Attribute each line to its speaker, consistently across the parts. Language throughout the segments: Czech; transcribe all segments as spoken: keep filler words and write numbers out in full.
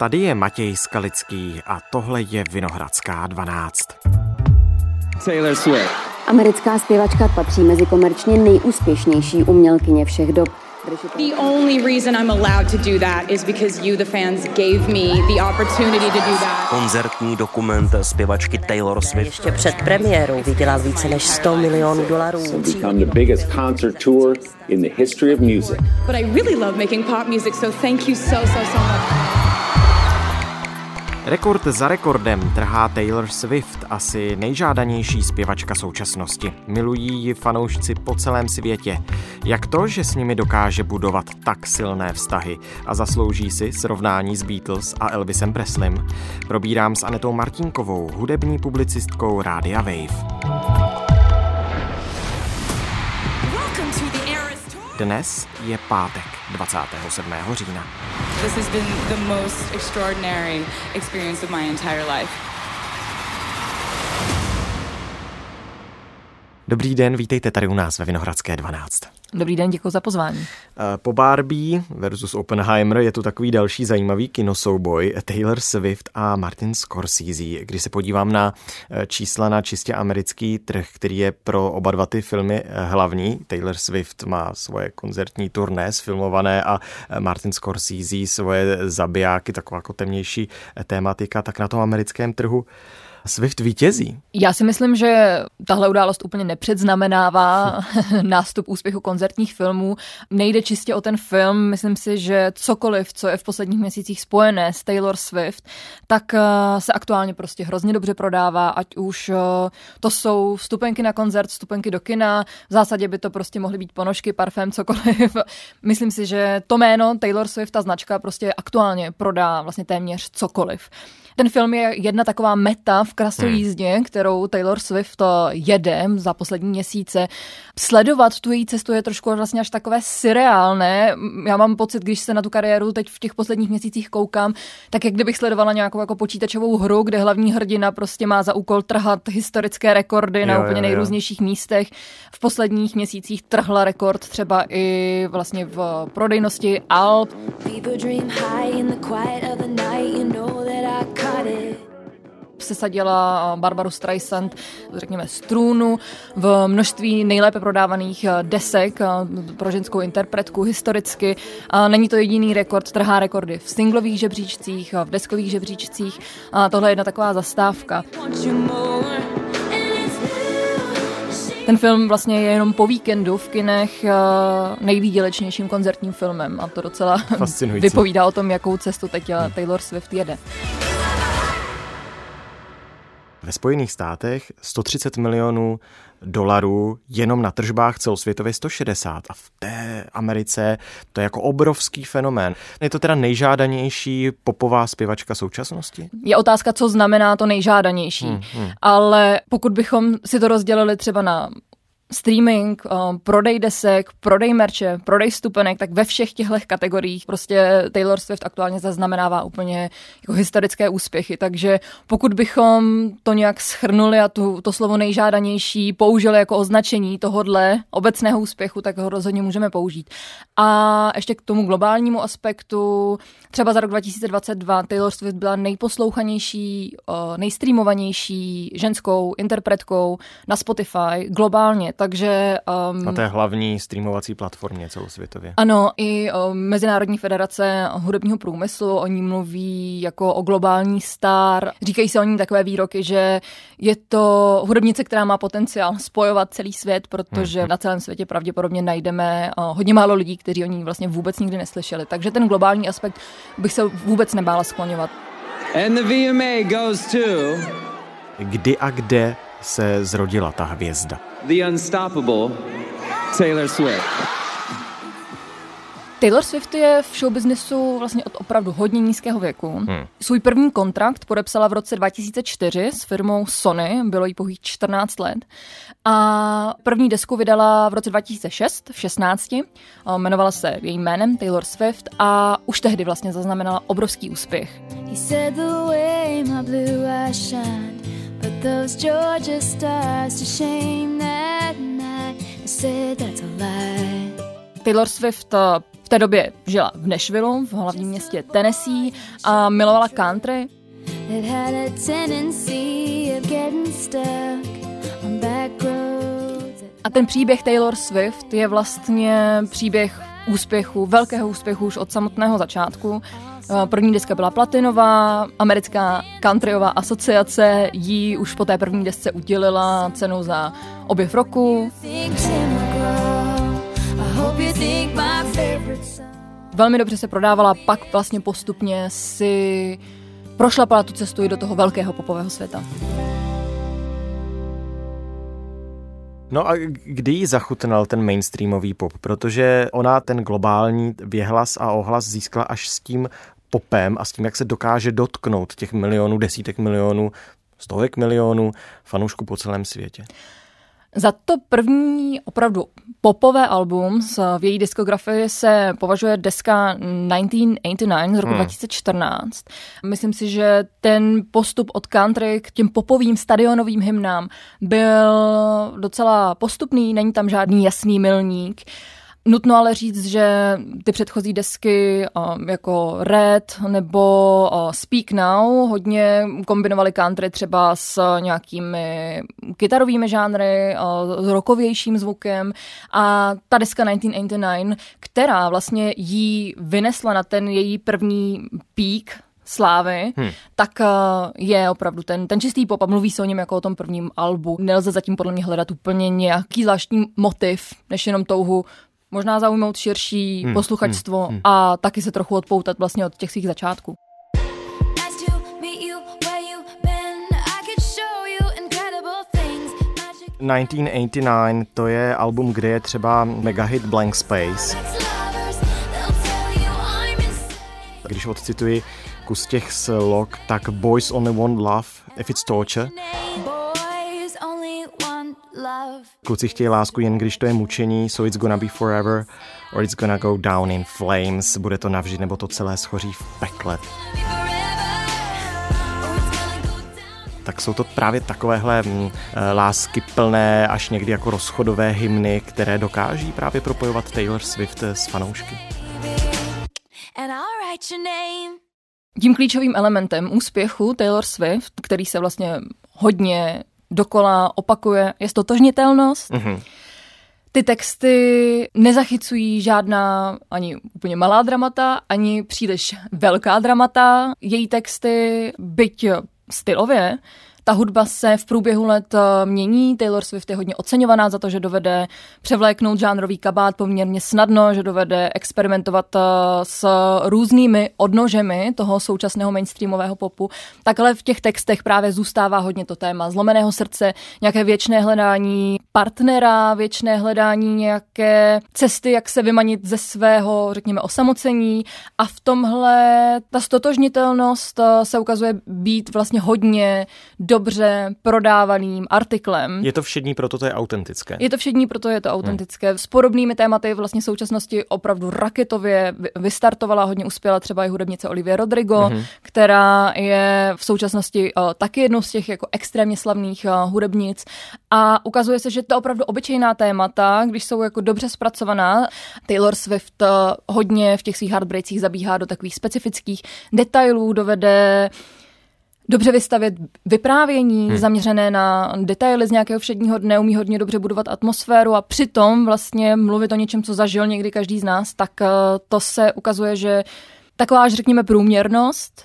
Speaker 1: Tady je Matěj Skalický a tohle je Vinohradská dvanáct.
Speaker 2: Taylor Swift.
Speaker 3: Americká zpěvačka patří mezi komerčně nejúspěšnější umělkyně všech dob.
Speaker 4: The only reason I'm allowed to do that is because you, the fans, gave me the opportunity to do that.
Speaker 5: Koncertní dokument zpěvačky Taylor Swift.
Speaker 6: Ještě před premiérou vydělal více než sto milionů dolarů.
Speaker 2: So become the biggest concert tour in the history of music.
Speaker 4: But I really love making pop music, so thank you so, so, so much.
Speaker 1: Rekord za rekordem trhá Taylor Swift, asi nejžádanější zpěvačka současnosti. Milují ji fanoušci po celém světě. Jak to, že s nimi dokáže budovat tak silné vztahy a zaslouží si srovnání s Beatles a Elvisem Presleym? Probírám s Anetou Martinkovou, hudební publicistkou Rádia Wave. Dnes je pátek, dvacátého sedmého října.
Speaker 4: This has been the most extraordinary experience of my entire life.
Speaker 1: Dobrý den, vítejte tady u nás ve Vinohradské dvanáct.
Speaker 7: Dobrý den, děkuji za pozvání.
Speaker 1: Po Barbie versus Oppenheimer je tu takový další zajímavý kinosouboj Taylor Swift a Martin Scorsese. Když se podívám na čísla na čistě americký trh, který je pro oba dva ty filmy hlavní, Taylor Swift má svoje koncertní turné sfilmované a Martin Scorsese svoje zabijáky, taková jako temnější tématika, tak na tom americkém trhu Swift vítězí.
Speaker 7: Já si myslím, že tahle událost úplně nepředznamenává nástup úspěchu koncertních filmů. Nejde čistě o ten film. Myslím si, že cokoliv, co je v posledních měsících spojené s Taylor Swift, tak se aktuálně prostě hrozně dobře prodává, ať už to jsou vstupenky na koncert, vstupenky do kina. V zásadě by to prostě mohly být ponožky, parfém, cokoliv. Myslím si, že to jméno Taylor Swift, ta značka prostě aktuálně prodá vlastně téměř cokoliv. Ten film je jedna taková meta v krasojízdě, hmm. kterou Taylor Swift jede za poslední měsíce. Sledovat tu její cestu je trošku vlastně až takové surreálné. Já mám pocit, když se na tu kariéru teď v těch posledních měsících koukám, tak jak kdybych sledovala nějakou jako počítačovou hru, kde hlavní hrdina prostě má za úkol trhat historické rekordy na jo, úplně jo, nejrůznějších jo. místech. V posledních měsících trhla rekord třeba i vlastně v prodejnosti alb. Sesadila Barbaru Streisand, řekněme, strůnu v množství nejlépe prodávaných desek pro ženskou interpretku historicky. A není to jediný rekord, trhá rekordy v singlových žebříčcích, v deskových žebříčcích. A tohle je jedna taková zastávka. Ten film vlastně je jenom po víkendu v kinech nejvýdělečnějším koncertním filmem a to docela fascinující. Vypovídá o tom, jakou cestu teď Taylor Swift jede.
Speaker 1: Ve Spojených státech sto třicet milionů dolarů jenom na tržbách, celosvětově sto šedesát a v té Americe to je jako obrovský fenomén. Je to teda nejžádanější popová zpěvačka současnosti?
Speaker 7: Je otázka, co znamená to nejžádanější, hmm, hmm. ale pokud bychom si to rozdělili třeba na streaming, prodej desek, prodej merče, prodej stupenek, tak ve všech těchto kategoriích prostě Taylor Swift aktuálně zaznamenává úplně jako historické úspěchy, takže pokud bychom to nějak shrnuli a tu, to slovo nejžádanější použili jako označení tohodle obecného úspěchu, tak ho rozhodně můžeme použít. A ještě k tomu globálnímu aspektu, třeba za rok dva tisíce dvacet dva Taylor Swift byla nejposlouchanější, nejstreamovanější ženskou interpretkou na Spotify globálně. Takže, um,
Speaker 1: na té hlavní streamovací platformě celosvětově.
Speaker 7: Ano, i um, Mezinárodní federace hudebního průmyslu o ní mluví jako o globální star. Říkají se o ní takové výroky, že je to hudebnice, která má potenciál spojovat celý svět, protože hmm. na celém světě pravděpodobně najdeme uh, hodně málo lidí, kteří o ní vlastně vůbec nikdy neslyšeli. Takže ten globální aspekt bych se vůbec nebála skloňovat.
Speaker 2: And the V M A goes to...
Speaker 1: Kdy a kde se zrodila ta hvězda?
Speaker 2: The unstoppable Taylor Swift.
Speaker 7: Taylor Swift je v showbiznesu vlastně od opravdu hodně nízkého věku. Hmm. Svůj první kontrakt podepsala v roce dva tisíce čtyři s firmou Sony, bylo jí pouhých čtrnáct let. A první desku vydala v roce dva tisíce šest, v šestnácti. Jmenovala se jejím jménem Taylor Swift a už tehdy vlastně zaznamenala obrovský úspěch. He said the way my blue eyes shine, but those Georgia stars to shame that night. I said that's a lie. Taylor Swift té době žila v Nashville, v hlavním městě Tennessee, a milovala country. A ten příběh Taylor Swift je vlastně příběh úspěchu, velkého úspěchu už od samotného začátku. První deska byla platinová, americká countryová asociace jí už po té první desce udělila cenu za objev roku. Velmi dobře se prodávala, pak vlastně postupně si prošlapala tu cestu i do toho velkého popového světa.
Speaker 1: No a kdy jí zachutnal ten mainstreamový pop? Protože ona ten globální věhlas a ohlas získala až s tím popem a s tím, jak se dokáže dotknout těch milionů, desítek milionů, stovek milionů fanoušků po celém světě.
Speaker 7: Za to první opravdu popové album v její diskografii se považuje deska devatenáct set osmdesát devět z roku hmm. dva tisíce čtrnáct. Myslím si, že ten postup od country k těm popovým stadionovým hymnám byl docela postupný, není tam žádný jasný milník. Nutno ale říct, že ty předchozí desky jako Red nebo Speak Now hodně kombinovaly country třeba s nějakými kytarovými žánry, s rockovějším zvukem, a ta deska devatenáct set osmdesát devět, která vlastně jí vynesla na ten její první pík slávy, hmm. tak je opravdu ten, ten čistý pop a mluví se o něm jako o tom prvním albu. Nelze zatím podle mě hledat úplně nějaký zvláštní motiv, než jenom touhu možná zaujmout širší hmm, posluchačstvo hmm, hmm. a taky se trochu odpoutat vlastně od těch svých začátků.
Speaker 1: devatenáct set osmdesát devět, to je album, kde je třeba megahit Blank Space. Když odcituji kus těch slok, tak Boys only want love if it's torture. Kluci chtějí lásku, jen když to je mučení, so it's gonna be forever, or it's gonna go down in flames, bude to navždy, nebo to celé schoří v pekle. Tak jsou to právě takovéhle mm, lásky plné, až někdy jako rozchodové hymny, které dokáží právě propojovat Taylor Swift s fanoušky.
Speaker 7: Tím klíčovým elementem úspěchu Taylor Swift, který se vlastně hodně dokola opakuje, je stotožnitelnost. Mm-hmm. Ty texty nezachycují žádná ani úplně malá dramata, ani příliš velká dramata. Její texty, byť stylově, ta hudba se v průběhu let mění. Taylor Swift je hodně oceňovaná za to, že dovede převléknout žánrový kabát poměrně snadno, že dovede experimentovat s různými odnožemi toho současného mainstreamového popu. Tak ale v těch textech právě zůstává hodně to téma zlomeného srdce, nějaké věčné hledání partnera, věčné hledání nějaké cesty, jak se vymanit ze svého, řekněme, osamocení. A v tomhle ta stotožnitelnost se ukazuje být vlastně hodně dobře prodávaným artiklem.
Speaker 1: Je to všední, proto to je autentické.
Speaker 7: Je to všední, proto je to autentické. Hmm. S podobnými tématy vlastně v současnosti opravdu raketově vystartovala, hodně uspěla třeba i hudebnice Olivia Rodrigo, hmm. která je v současnosti uh, taky jednou z těch jako extrémně slavných uh, hudebnic. A ukazuje se, že to opravdu obyčejná témata, když jsou jako dobře zpracovaná. Taylor Swift uh, hodně v těch svých heartbreakcích zabíhá do takových specifických detailů, dovede dobře vystavět vyprávění hmm. zaměřené na detaily z nějakého všedního dne, umí hodně dobře budovat atmosféru a přitom vlastně mluvit o něčem, co zažil někdy každý z nás, tak to se ukazuje, že taková, až řekněme, průměrnost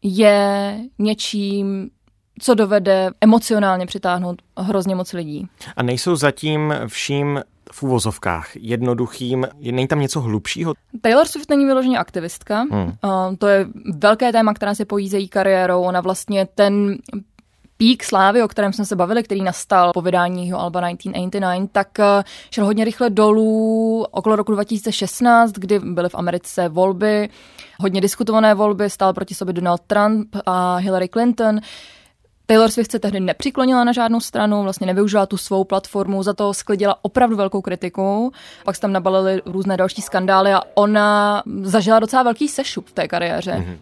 Speaker 7: je něčím, co dovede emocionálně přitáhnout hrozně moc lidí.
Speaker 1: A nejsou zatím vším v uvozovkách jednoduchým, není tam něco hlubšího?
Speaker 7: Taylor Swift není vyloženě aktivistka. Hmm. Uh, to je velké téma, která se pojí s její kariérou. Ona vlastně ten pík slávy, o kterém jsme se bavili, který nastal po vydání jeho alba devatenáct set osmdesát devět, tak uh, šel hodně rychle dolů okolo roku dva tisíce šestnáct, kdy byly v Americe volby, hodně diskutované volby, stál proti sobě Donald Trump a Hillary Clinton. Taylor Swift se tehdy nepřiklonila na žádnou stranu, vlastně nevyužila tu svou platformu, za to sklidila opravdu velkou kritiku. Pak se tam nabalily různé další skandály a ona zažila docela velký sešup v té kariéře. Mm-hmm.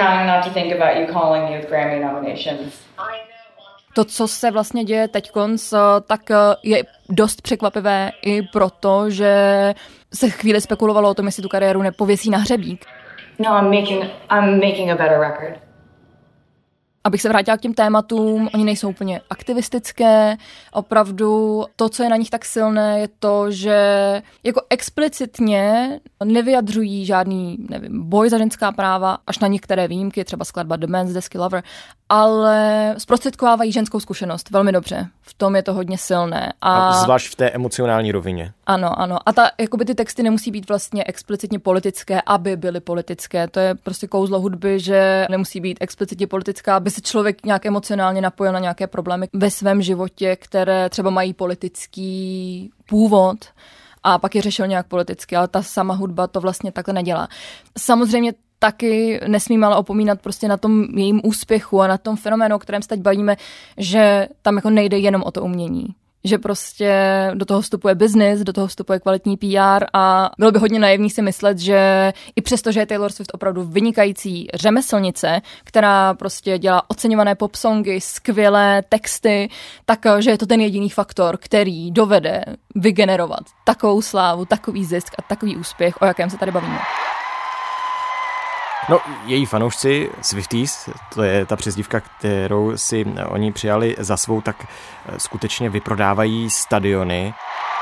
Speaker 7: To, co se vlastně děje teďkonc, tak je dost překvapivé i proto, že se chvíli spekulovalo o tom, jestli tu kariéru nepověsí na hřebík.
Speaker 4: No, I'm making, I'm making a better record.
Speaker 7: Abych se vrátila k těm tématům, oni nejsou úplně aktivistické, opravdu to, co je na nich tak silné, je to, že jako explicitně nevyjadřují žádný, nevím, boj za ženská práva, až na některé výjimky, třeba skladba The Man z desky Lover, ale zprostředkovávají ženskou zkušenost velmi dobře. V tom je to hodně silné.
Speaker 1: A, a zvlášť v té emocionální rovině.
Speaker 7: Ano, ano. A ta, jakoby ty texty nemusí být vlastně explicitně politické, aby byly politické. To je prostě kouzlo hudby, že nemusí být explicitně politická, aby se člověk nějak emocionálně napojil na nějaké problémy ve svém životě, které třeba mají politický původ a pak je řešil nějak politicky, ale ta sama hudba to vlastně takhle nedělá. Samozřejmě taky nesmím ale opomínat prostě na tom jejím úspěchu a na tom fenoménu, o kterém se teď bavíme, že tam jako nejde jenom o to umění. Že prostě do toho vstupuje business, do toho vstupuje kvalitní P R a bylo by hodně naivní si myslet, že i přesto, že je Taylor Swift opravdu vynikající řemeslnice, která prostě dělá oceňované popsongy, skvělé texty, tak že je to ten jediný faktor, který dovede vygenerovat takovou slávu, takový zisk a takový úspěch, o jakém se tady bavíme.
Speaker 1: No, její fanoušci, Swifties, to je ta přezdívka, kterou si oni přijali za svou, tak skutečně vyprodávají stadiony.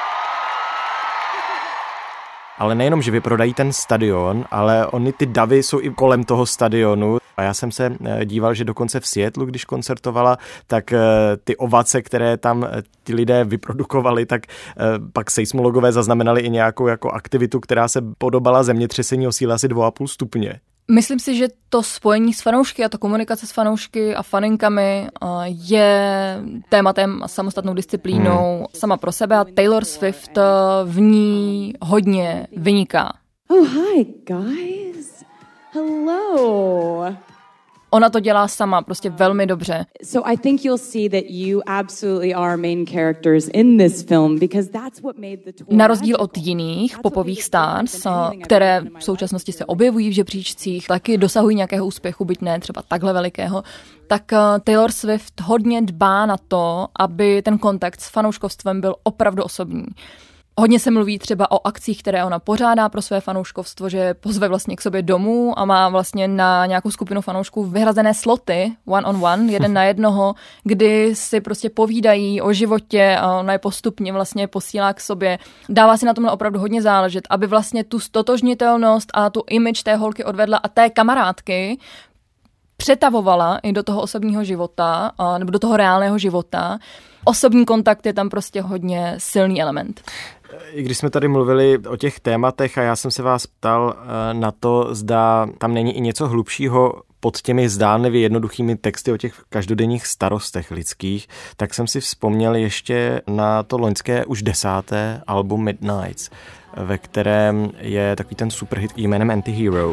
Speaker 1: Ale nejenom, že vyprodají ten stadion, ale oni ty davy jsou i kolem toho stadionu. A já jsem se díval, že dokonce v Seattlu, když koncertovala, tak ty ovace, které tam ty lidé vyprodukovali, tak pak seismologové zaznamenali i nějakou jako aktivitu, která se podobala zemětřesení o síle asi dva a půl stupně.
Speaker 7: Myslím si, že to spojení s fanoušky a ta komunikace s fanoušky a faninkami je tématem a samostatnou disciplínou hmm. sama pro sebe a Taylor Swift v ní hodně vyniká.
Speaker 8: Oh, hi, guys. Hello.
Speaker 7: Ona to dělá sama, prostě velmi dobře.
Speaker 8: So I think you'll see that you absolutely are main characters in this film because that's what made the tour.
Speaker 7: Na rozdíl od jiných popových stars, které v současnosti se objevují v žebříčcích, taky dosahují nějakého úspěchu, byť ne třeba takhle velikého, tak Taylor Swift hodně dbá na to, aby ten kontakt s fanouškovstvem byl opravdu osobní. Hodně se mluví třeba o akcích, které ona pořádá pro své fanouškovstvo, že pozve vlastně k sobě domů a má vlastně na nějakou skupinu fanoušků vyhrazené sloty, one on one, jeden na jednoho, kdy si prostě povídají o životě a ona je postupně vlastně posílá k sobě. Dává si na tomhle opravdu hodně záležet, aby vlastně tu stotožnitelnost a tu image té holky odvedla a té kamarádky přetavovala i do toho osobního života, nebo do toho reálného života. Osobní kontakt je tam prostě hodně silný element.
Speaker 1: I když jsme tady mluvili o těch tématech a já jsem se vás ptal na to, zda tam není i něco hlubšího pod těmi zdánlivě jednoduchými texty o těch každodenních starostech lidských, tak jsem si vzpomněl ještě na to loňské už desáté album Midnights, ve kterém je takový ten superhit jménem Antihero.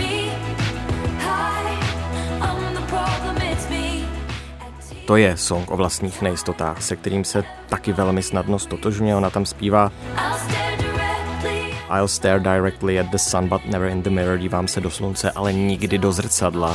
Speaker 1: To je song o vlastních nejistotách, se kterým se taky velmi snadno stotožňuje. Ona tam zpívá I'll stare directly at the sun, but never in the mirror. Dívám se do slunce, ale nikdy do zrcadla.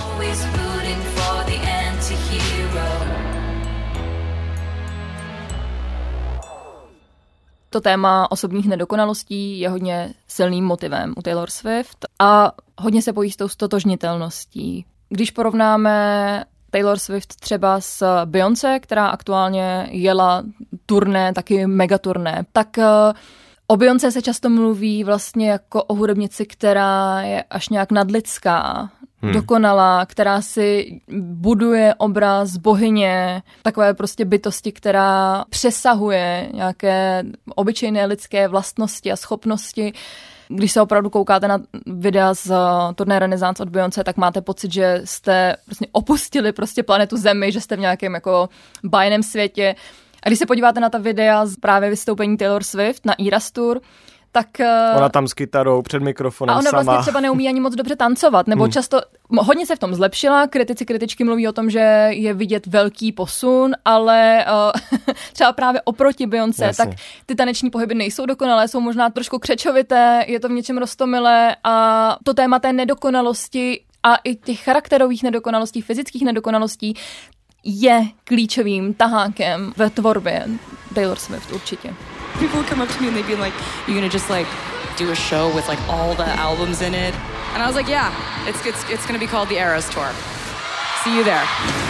Speaker 7: To téma osobních nedokonalostí je hodně silným motivem u Taylor Swift a hodně se pojí s tou stotožnitelností. Když porovnáme Taylor Swift třeba s Beyoncé, která aktuálně jela turné, taky megaturné, tak o Beyoncé se často mluví vlastně jako o hudebnici, která je až nějak nadlidská, hmm. dokonalá, která si buduje obraz bohyně, takové prostě bytosti, která přesahuje nějaké obyčejné lidské vlastnosti a schopnosti. Když se opravdu koukáte na videa z turné Renaissance od Beyoncé, tak máte pocit, že jste prostě opustili prostě planetu Zemi, že jste v nějakém jako bájném světě. A když se podíváte na ta videa z právě vystoupení Taylor Swift na Eras Tour, tak...
Speaker 1: Ona tam s kytarou před mikrofonem sama.
Speaker 7: A ona
Speaker 1: sama.
Speaker 7: vlastně třeba neumí ani moc dobře tancovat, nebo hmm. často, hodně se v tom zlepšila, kritici, kritičky mluví o tom, že je vidět velký posun, ale uh, třeba právě oproti Beyoncé, Jasně. tak ty taneční pohyby nejsou dokonalé, jsou možná trošku křečovité, je to v něčem roztomilé a to téma té nedokonalosti a i těch charakterových nedokonalostí, fyzických nedokonalostí je klíčovým tahákem ve tvorbě Taylor Swift určitě.
Speaker 8: People come up to me and they'd be like, you're gonna just like
Speaker 9: do a show with like all the albums in it?
Speaker 4: And I was like, yeah, it's it's it's going to be called the Eras Tour. See you there.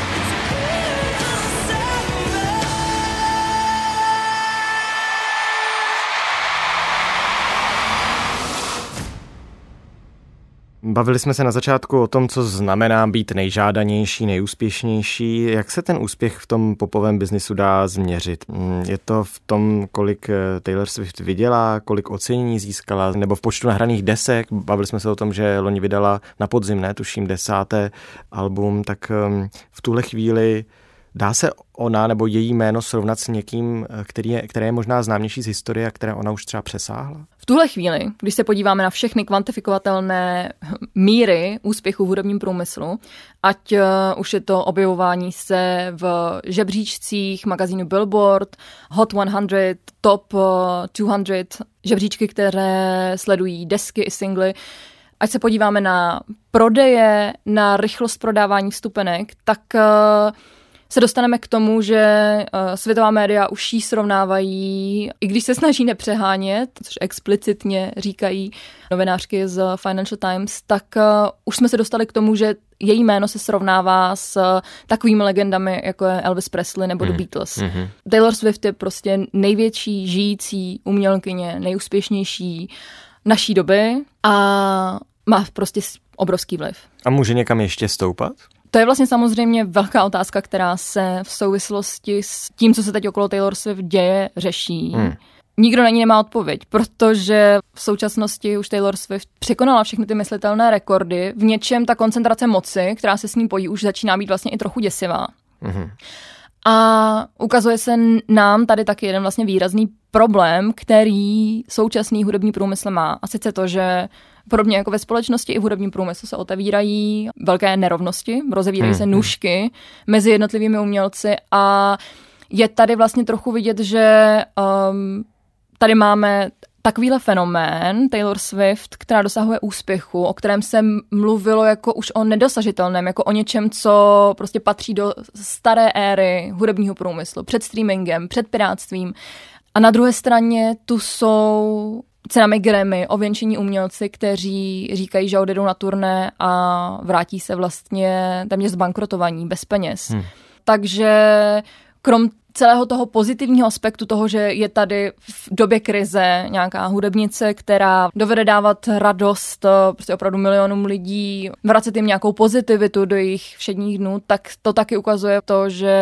Speaker 1: Bavili jsme se na začátku o tom, co znamená být nejžádanější, nejúspěšnější. Jak se ten úspěch v tom popovém biznisu dá změřit? Je to v tom, kolik Taylor Swift vydělá, kolik ocenění získala, nebo v počtu nahraných desek? Bavili jsme se o tom, že loni vydala na podzim, ne, tuším, desáté album, tak v tuhle chvíli dá se ona nebo její jméno srovnat s někým, který je, které je možná známější z historie a které ona už třeba přesáhla?
Speaker 7: V tuhle chvíli, když se podíváme na všechny kvantifikovatelné míry úspěchu v hudebním průmyslu, ať uh, už je to objevování se v žebříčcích magazínu Billboard, Hot sto, Top dvě stě, žebříčky, které sledují desky i singly, ať se podíváme na prodeje, na rychlost prodávání vstupenek, tak uh, se dostaneme k tomu, že uh, světová média už jí srovnávají, i když se snaží nepřehánět, což explicitně říkají novinářky z Financial Times, tak uh, už jsme se dostali k tomu, že její jméno se srovnává s uh, takovými legendami, jako je Elvis Presley nebo mm. The Beatles. Mm-hmm. Taylor Swift je prostě největší žijící umělkyně, nejúspěšnější naší doby a má prostě obrovský vliv.
Speaker 1: A může někam ještě stoupat?
Speaker 7: To je vlastně samozřejmě velká otázka, která se v souvislosti s tím, co se teď okolo Taylor Swift děje, řeší. Hmm. Nikdo na ní nemá odpověď, protože v současnosti už Taylor Swift překonala všechny ty myslitelné rekordy. V něčem ta koncentrace moci, která se s ním pojí, už začíná být vlastně i trochu děsivá. Hmm. A ukazuje se nám tady taky jeden vlastně výrazný problém, který současný hudební průmysl má. A sice to, že podobně jako ve společnosti i v hudebním průmyslu se otevírají velké nerovnosti, rozevírají hmm. se nůžky mezi jednotlivými umělci a je tady vlastně trochu vidět, že um, tady máme takovýhle fenomén Taylor Swift, která dosahuje úspěchu, o kterém se mluvilo jako už o nedosažitelném, jako o něčem, co prostě patří do staré éry hudebního průmyslu, před streamingem, před pirátstvím. A na druhé straně tu jsou cenami Grammy ověnčení umělci, kteří říkají, že odjedou na turné a vrátí se vlastně téměř zbankrotovaní, bez peněz. Hmm. Takže krom celého toho pozitivního aspektu toho, že je tady v době krize nějaká hudebnice, která dovede dávat radost prostě opravdu milionům lidí, vracet jim nějakou pozitivitu do jejich všedních dnů, tak to taky ukazuje to, že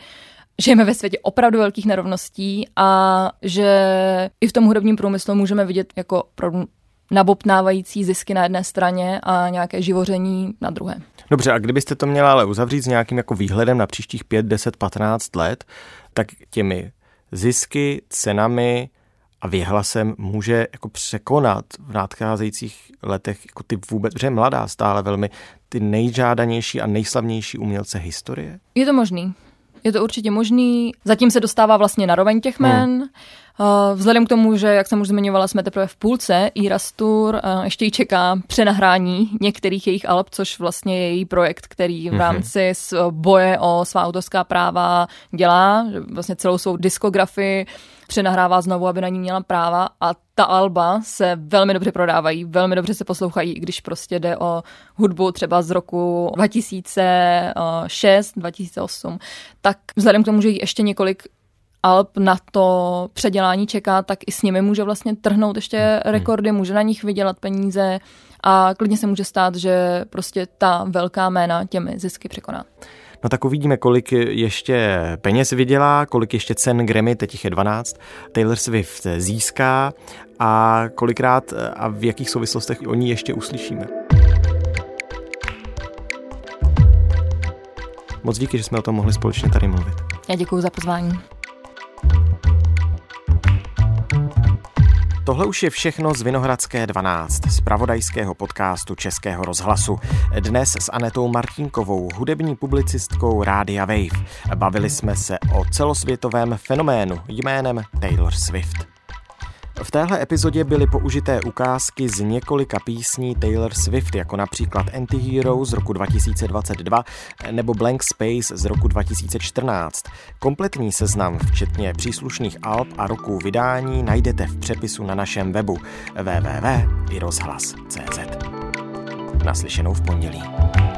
Speaker 7: žijeme ve světě opravdu velkých nerovností a že i v tom hudebním průmyslu můžeme vidět jako opravdu nabobtnávající zisky na jedné straně a nějaké živoření na druhé.
Speaker 1: Dobře, a kdybyste to měla ale uzavřít s nějakým jako výhledem na příštích pět, deset, patnáct let, tak těmi zisky, cenami a věhlasem může jako překonat v nadcházejících letech jako ty vůbec, protože je mladá stále velmi, ty nejžádanější a nejslavnější umělce historie?
Speaker 7: Je to možný. Je to určitě možný. Zatím se dostává vlastně na roveň těch jmén. Hmm. Vzhledem k tomu, že, jak jsem už zmiňovala, jsme teprve v půlce Eras Tour, ještě jí čeká přenahrání některých jejich alb, což vlastně je její projekt, který v rámci boje o svá autorská práva dělá, že vlastně celou svou diskografii přenahrává znovu, aby na ní měla práva a ta alba se velmi dobře prodávají, velmi dobře se poslouchají, i když prostě jde o hudbu třeba z roku dva tisíce šest, dva tisíce osm, tak vzhledem k tomu, že jí ještě několik alb na to předělání čeká, tak i s nimi může vlastně trhnout ještě rekordy, může na nich vydělat peníze a klidně se může stát, že prostě ta velká jména těmi zisky překoná.
Speaker 1: No tak uvidíme, kolik ještě peněz vydělá, kolik ještě cen Grammy, teď jich je dvanáct, Taylor Swift získá a kolikrát a v jakých souvislostech o ní ještě uslyšíme. Moc díky, že jsme o tom mohli společně tady mluvit.
Speaker 7: Já děkuju za pozvání.
Speaker 1: Tohle už je všechno z Vinohradské dvanáct, z zpravodajského podcastu Českého rozhlasu. Dnes s Anetou Martínkovou, hudební publicistkou Rádia Wave. Bavili jsme se o celosvětovém fenoménu jménem Taylor Swift. V téhle epizodě byly použité ukázky z několika písní Taylor Swift, jako například Antihero z roku dva tisíce dvacet dva nebo Blank Space z roku dva tisíce čtrnáct. Kompletní seznam, včetně příslušných alb a roků vydání, najdete v přepisu na našem webu w w w tečka i rozhlas tečka c z. Naslyšenou v pondělí.